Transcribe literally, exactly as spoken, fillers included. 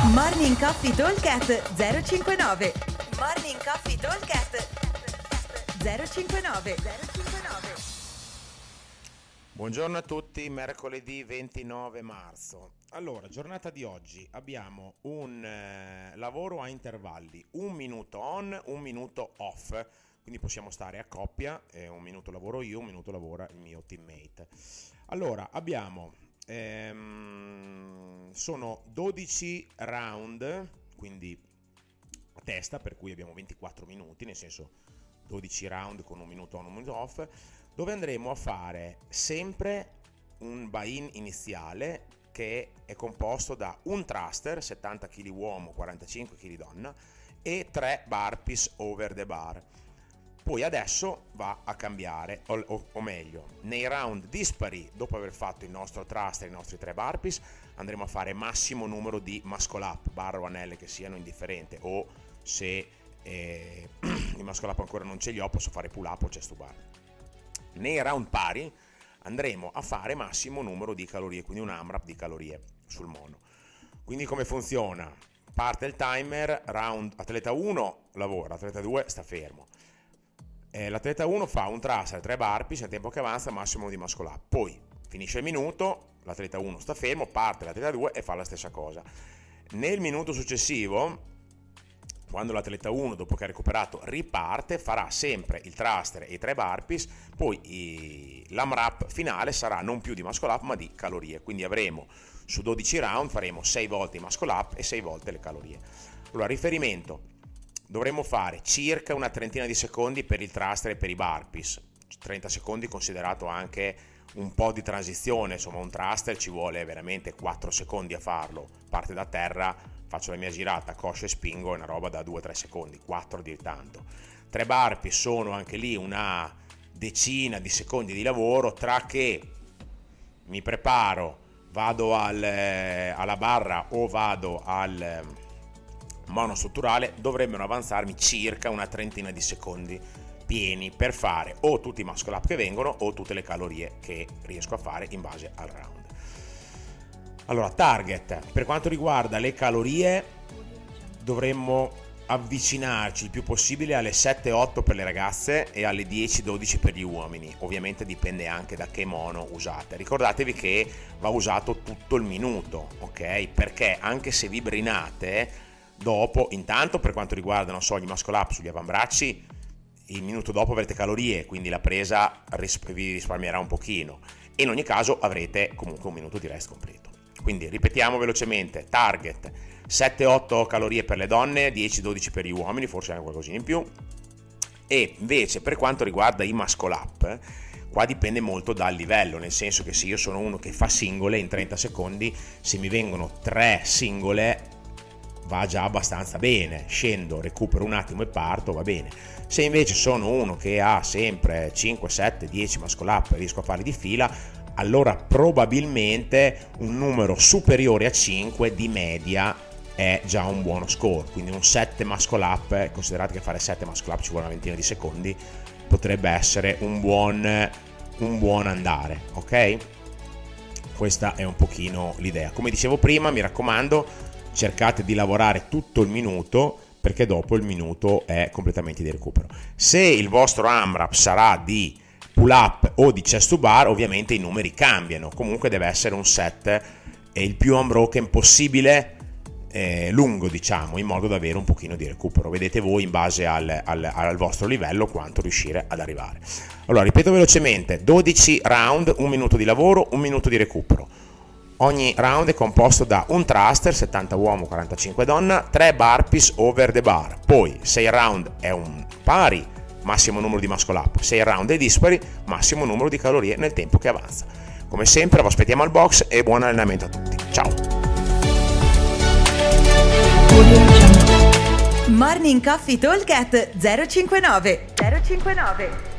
Morning Coffee Talkcast zero cinquantanove. Morning Coffee Talkcast zero cinquantanove. Buongiorno a tutti, mercoledì ventinove marzo. Allora, giornata di oggi abbiamo un eh, lavoro a intervalli, un minuto on, un minuto off, quindi possiamo stare a coppia, eh, un minuto lavoro io, un minuto lavora il mio teammate. Allora, abbiamo, ehm, sono dodici round, quindi a testa, per cui abbiamo ventiquattro minuti, nel senso dodici round con un minuto on, un minuto off, dove andremo a fare sempre un buy-in iniziale che è composto da un thruster, settanta chili uomo, quarantacinque chili donna, e tre burpees over the bar. Poi adesso va a cambiare, o, o, o meglio, nei round dispari, dopo aver fatto il nostro thruster, i nostri tre burpees, andremo a fare massimo numero di muscle up, barra o anelle che siano indifferente, o se eh, il muscle up ancora non ce li ho, posso fare pull up o chest to bar. Nei round pari andremo a fare massimo numero di calorie, quindi un AMRAP di calorie sul mono. Quindi come funziona? Parte il timer, round atleta uno lavora, atleta due sta fermo. Eh, l'atleta uno fa un thruster, tre burpees, nel tempo che avanza massimo di muscle up. Poi finisce il minuto, l'atleta uno sta fermo, parte l'atleta due e fa la stessa cosa. Nel minuto successivo, quando l'atleta uno, dopo che ha recuperato, riparte, farà sempre il thruster e i tre burpees, poi i, l'AMRAP finale sarà non più di muscle up ma di calorie, quindi avremo su dodici round, faremo sei volte i muscle up e sei volte le calorie. Allora, riferimento, dovremo fare circa una trentina di secondi per il thruster e per i burpees, trenta secondi considerato anche un po' di transizione, insomma un thruster ci vuole veramente quattro secondi a farlo, parte da terra, faccio la mia girata, coscio e spingo, è una roba da due tre secondi, quattro a dir tanto. Tre burpees sono anche lì una decina di secondi di lavoro, tra che mi preparo, vado al, eh, alla barra o vado al eh, monostrutturale, dovrebbero avanzarmi circa una trentina di secondi pieni per fare o tutti i muscle up che vengono o tutte le calorie che riesco a fare in base al round. Allora, target, per quanto riguarda le calorie dovremmo avvicinarci il più possibile alle sette otto per le ragazze e alle dieci dodici per gli uomini, ovviamente dipende anche da che mono usate. Ricordatevi che va usato tutto il minuto, ok? Perché anche se vi brinate, dopo, intanto per quanto riguarda, non so, gli muscle up sugli avambracci, il minuto dopo avrete calorie, quindi la presa ris- vi risparmierà un pochino, e in ogni caso avrete comunque un minuto di rest completo. Quindi ripetiamo velocemente: target sette otto calorie per le donne, dieci dodici per gli uomini, forse anche qualcosina in più. E invece per quanto riguarda i muscle up, qua dipende molto dal livello, nel senso che se io sono uno che fa singole, in trenta secondi se mi vengono tre singole va già abbastanza bene, scendo, recupero un attimo e parto, va bene. Se invece sono uno che ha sempre cinque sette dieci muscle up e riesco a farli di fila, allora probabilmente un numero superiore a cinque di media è già un buono score, quindi un sette muscle up, considerate che fare sette muscle up ci vuole una ventina di secondi, potrebbe essere un buon, un buon andare, ok? Questa è un pochino l'idea. Come dicevo prima, mi raccomando, cercate di lavorare tutto il minuto, perché dopo il minuto è completamente di recupero. Se il vostro AMRAP sarà di pull up o di chest to bar, ovviamente i numeri cambiano, comunque deve essere un set e il più unbroken possibile, eh, lungo diciamo, in modo da avere un pochino di recupero. Vedete voi in base al, al, al vostro livello quanto riuscire ad arrivare. Allora, ripeto velocemente: dodici round, un minuto di lavoro, un minuto di recupero. Ogni round è composto da un thruster, settanta uomo, quarantacinque donna, tre burpees over the bar. Poi sei round è un pari, massimo numero di muscle up, sei round è dispari, massimo numero di calorie nel tempo che avanza. Come sempre vi aspettiamo al box e buon allenamento a tutti. Ciao! Morning Coffee Talkcast zero cinquantanove.